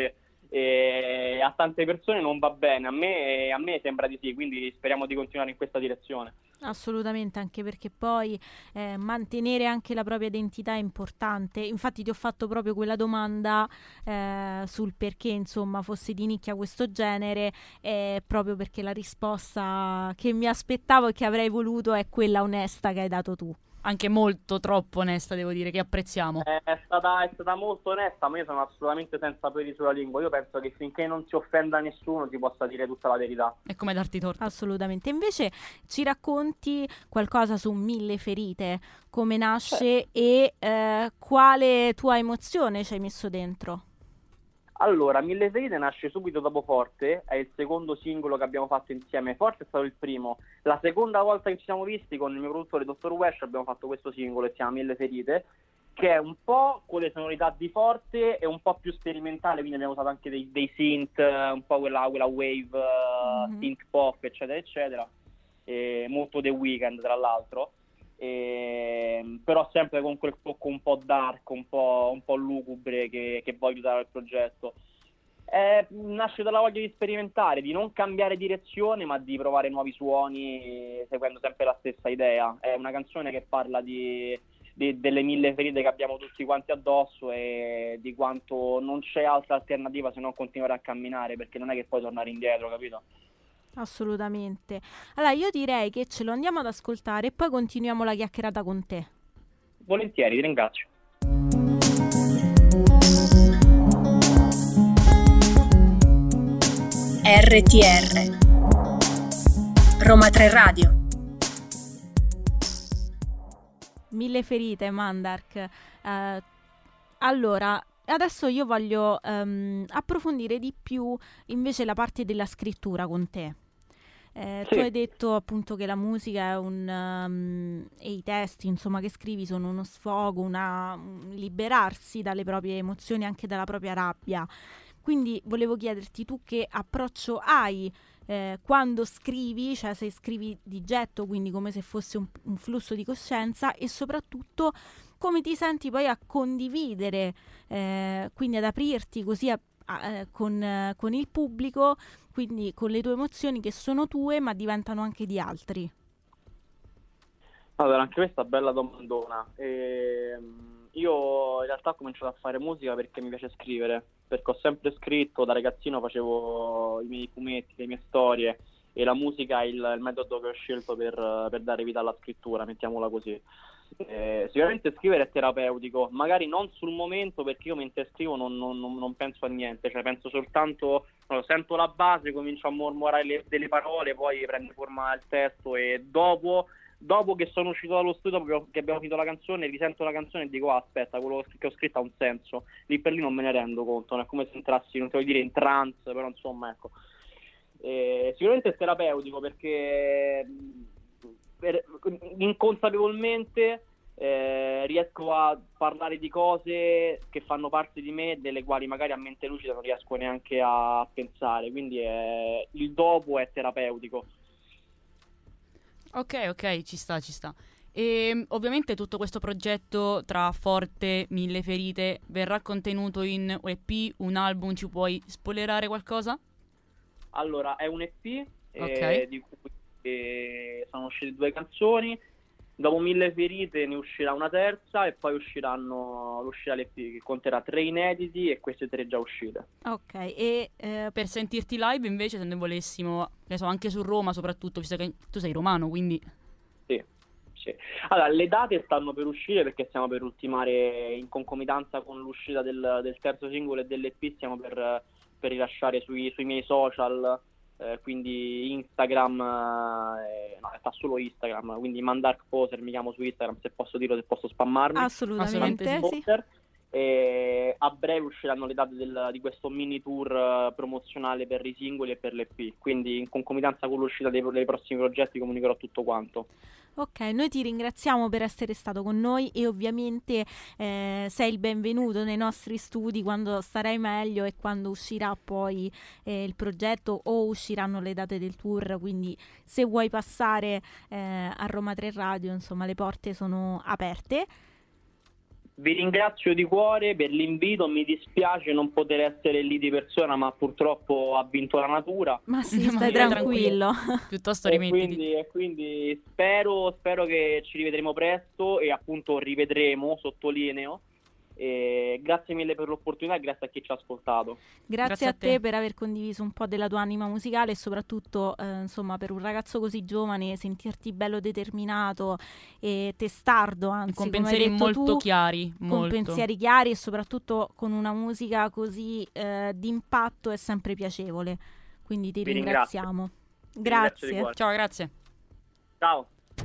e a tante persone non va bene, a me, a me sembra di sì, quindi speriamo di continuare in questa direzione. Assolutamente, anche perché poi eh, mantenere anche la propria identità è importante. Infatti ti ho fatto proprio quella domanda eh, sul perché insomma fosse di nicchia questo genere, eh, proprio perché la risposta che mi aspettavo e che avrei voluto è quella onesta che hai dato tu. Anche molto troppo onesta, devo dire, che apprezziamo. È stata, è stata molto onesta, ma io sono assolutamente senza peli sulla lingua. Io penso che finché non si offenda nessuno si possa dire tutta la verità. È come darti torto. Assolutamente. Invece ci racconti qualcosa su Mille Ferite, come nasce e eh, quale tua emozione ci hai messo dentro? Allora, Mille Ferite nasce subito dopo Forte, è il secondo singolo che abbiamo fatto insieme. Forte è stato il primo. La seconda volta che ci siamo visti con il mio produttore dottor Wesh abbiamo fatto questo singolo che si chiama Mille Ferite, che è un po' con le sonorità di Forte e un po' più sperimentale, quindi abbiamo usato anche dei, dei synth, un po' quella, quella wave, uh, Mm-hmm. synth pop, eccetera, eccetera. E molto The Weeknd, tra l'altro. E, però sempre con quel tocco un po' dark, un po', un po' lugubre che, che voglio dare al progetto. Eh, nasce dalla voglia di sperimentare, di non cambiare direzione, ma di provare nuovi suoni, seguendo sempre la stessa idea. È una canzone che parla di, di, delle mille ferite che abbiamo tutti quanti addosso e di quanto non c'è altra alternativa se non continuare a camminare, perché non è che puoi tornare indietro, capito? Assolutamente. Allora io direi che ce lo andiamo ad ascoltare e poi continuiamo la chiacchierata con te. Volentieri, ti ringrazio. R T R Roma tre Radio. Mille Ferite, Mandark. Eh, allora, adesso io voglio ehm, approfondire di più invece la parte della scrittura con te. Eh, Sì. Tu hai detto appunto che la musica è un um, e i testi insomma che scrivi sono uno sfogo, una, un liberarsi dalle proprie emozioni, anche dalla propria rabbia. Quindi volevo chiederti tu che approccio hai eh, quando scrivi, cioè se scrivi di getto, quindi come se fosse un, un flusso di coscienza, e soprattutto come ti senti poi a condividere, eh, quindi ad aprirti così a, a, eh, con, eh, con il pubblico, quindi con le tue emozioni che sono tue ma diventano anche di altri. Allora, anche questa è una bella domandona. Ehm, io in realtà ho cominciato a fare musica perché mi piace scrivere, perché ho sempre scritto, da ragazzino facevo i miei fumetti, le mie storie, e la musica è il, il metodo che ho scelto per, per dare vita alla scrittura, mettiamola così. Eh, sicuramente scrivere è terapeutico, magari non sul momento, perché io mentre scrivo non, non, non, non penso a niente, cioè penso soltanto, no, sento la base, comincio a mormorare le, delle parole, poi prende forma il testo e dopo, dopo che sono uscito dallo studio, dopo che abbiamo finito la canzone, risento la canzone e dico ah, aspetta, quello che ho scritto ha un senso, lì per lì non me ne rendo conto, non è come se entrassi, non ti voglio dire in trance, però insomma ecco. Eh, sicuramente è terapeutico perché per, inconsapevolmente eh, riesco a parlare di cose che fanno parte di me, delle quali magari a mente lucida non riesco neanche a pensare, quindi è, il dopo è terapeutico. Ok, ok, ci sta, ci sta. E ovviamente tutto questo progetto tra Forte, Mille Ferite verrà contenuto in un E P, un album, ci puoi spoilerare qualcosa? Allora, è un E P eh, Ok. di cui eh, sono uscite due canzoni. Dopo Mille Ferite ne uscirà una terza e poi usciranno uscirà l'E P che conterrà tre inediti e queste tre già uscite. Ok, e eh, Per sentirti live invece, se ne volessimo, ne so, anche su Roma soprattutto, visto che tu sei romano, quindi... Sì, sì. Allora, le date stanno per uscire perché stiamo per ultimare in concomitanza con l'uscita del, del terzo singolo e dell'E P, stiamo per, per rilasciare sui, sui miei social, eh, quindi Instagram, eh, no, sta solo Instagram, quindi Mandark Poser mi chiamo su Instagram, se posso dirlo, se posso spammarmi. assolutamente Assolutamente sì. Poser. E a breve usciranno le date del, di questo mini tour eh, promozionale per i singoli e per l'E P, quindi in concomitanza con l'uscita dei, dei prossimi progetti comunicherò tutto quanto. Ok, noi ti ringraziamo per essere stato con noi e ovviamente eh, sei il benvenuto nei nostri studi quando starai meglio e quando uscirà poi eh, il progetto o usciranno le date del tour, quindi se vuoi passare eh, a Roma tre Radio, insomma, le porte sono aperte. vi ringrazio di cuore per l'invito, mi dispiace non poter essere lì di persona, ma purtroppo ha vinto la natura. Ma sì, Ma stai stai tranquillo. Piuttosto E rimettiti. quindi, e quindi spero, spero che ci rivedremo presto e appunto rivedremo, sottolineo. E grazie mille per l'opportunità e grazie a chi ci ha ascoltato. Grazie, Grazie a a te te. per aver condiviso un po' della tua anima musicale e soprattutto, eh, insomma, per un ragazzo così giovane sentirti bello determinato e testardo, anzi, Con come hai pensieri detto molto tu, chiari, con molto. pensieri chiari e soprattutto con una musica così eh, d'impatto è sempre piacevole. Quindi ti Vi ringrazio. ringraziamo. Vi ringrazio di Grazie. cuore. Ciao, grazie. Ciao.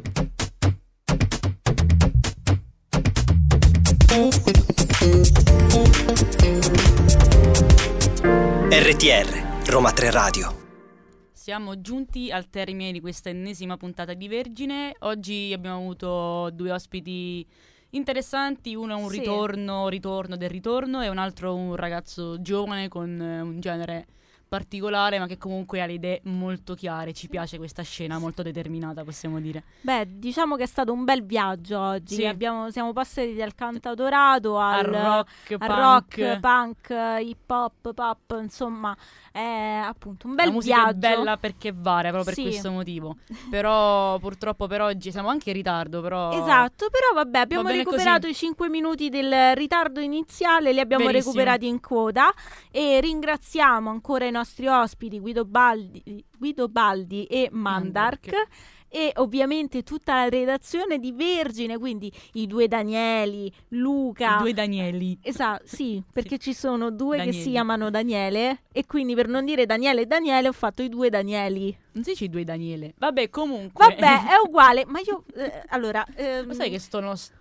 R T R, Roma tre Radio. Siamo giunti al termine di questa ennesima puntata di Vergine. Oggi abbiamo avuto due ospiti interessanti, uno è un Sì. ritorno, ritorno del ritorno e un altro un ragazzo giovane con eh, un genere particolare ma che comunque ha le idee molto chiare. Ci piace questa scena molto determinata, possiamo dire. Beh, diciamo che è stato un bel viaggio oggi. Sì. Abbiamo, siamo passati dal cantautorato al, Al rock, al punk. rock, punk, hip hop, pop, insomma, è appunto un bel La musica viaggio. è bella perché varia, proprio Sì. per questo motivo. Però purtroppo per oggi siamo anche in ritardo, però Esatto, però vabbè, abbiamo Va bene recuperato così. i cinque minuti del ritardo iniziale, li abbiamo Verissimo. recuperati in quota e ringraziamo ancora i nostri ospiti Guido Baldi, Guido Baldi e Mandark. Mandark. E ovviamente tutta la redazione di Vergine, quindi i due Danieli, Luca. i due Danieli. Esatto, sì, perché ci sono due che Danieli. si chiamano Daniele e quindi per non dire Daniele e Daniele ho fatto i due Danieli. Non si dice i due Daniele. Vabbè, comunque. Vabbè, è uguale, ma io eh, allora ehm, Ma sai che sto nost...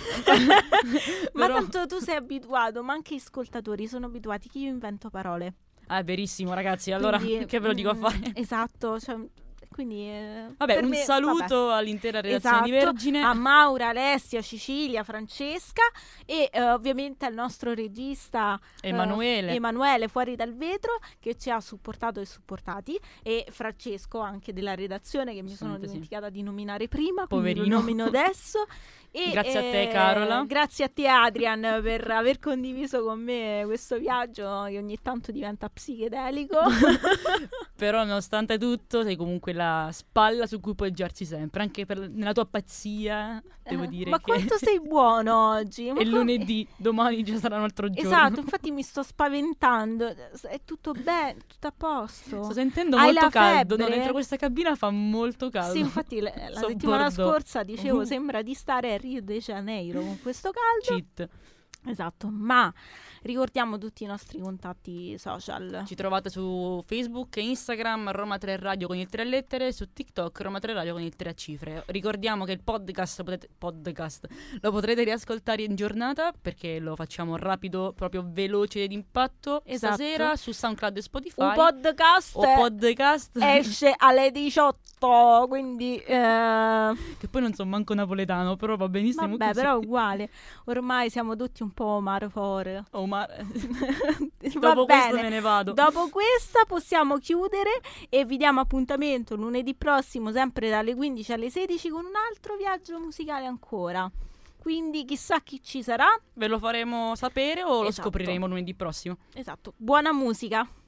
ma Però- tanto tu sei abituato, ma anche gli ascoltatori sono abituati che io invento parole. Ah, è verissimo, ragazzi. Allora, Quindi, che ve lo dico a mm, fare? Esatto, cioè, quindi eh, Vabbè, per un me- saluto vabbè. all'intera redazione Esatto, di Vergine. a Maura, Alessia, Cecilia, Francesca e eh, ovviamente al nostro regista eh, Emanuele. Emanuele fuori dal vetro che ci ha supportato e supportati e Francesco anche della redazione che mi sono Assolutamente sì. dimenticata di nominare prima, quindi Poverino. lo nomino adesso. E, Grazie a te, eh, Carola. Grazie a te, Adrian, per aver condiviso con me questo viaggio che ogni tanto diventa psichedelico. Però, nonostante tutto, sei comunque la spalla su cui poggiarsi sempre. Anche per, nella tua pazzia, devo Eh, dire ma che quanto sei buono oggi? Ma è come- lunedì, domani già sarà un altro giorno. Esatto, infatti mi sto spaventando. È tutto bene, tutto a posto. Sto sentendo Hai molto la caldo. No, febbre? dentro questa cabina fa molto caldo. Sì, infatti le- la So settimana Bordeaux. scorsa dicevo Uh. sembra di stare a Rio de Janeiro con questo caldo. Cheat. Esatto, ma ricordiamo tutti i nostri contatti social. Ci trovate su Facebook e Instagram Roma tre Radio con il tre a lettere, su TikTok Roma tre Radio con il tre a cifre. Ricordiamo che il podcast, potete, podcast lo potrete riascoltare in giornata perché lo facciamo rapido, proprio veloce d'impatto. Esatto. Stasera su SoundCloud e Spotify. Un podcast o podcast esce alle diciotto, quindi eh, che poi non so manco napoletano, però va benissimo vabbè, così. però è uguale. Ormai siamo tutti un po' Omar for. Oh, ma Va dopo questo bene. me ne vado. Dopo questa possiamo chiudere e vi diamo appuntamento lunedì prossimo, sempre dalle quindici alle sedici, con un altro viaggio musicale ancora. Quindi chissà chi ci sarà. Ve lo faremo sapere o lo Esatto. scopriremo lunedì prossimo? Esatto. Buona musica.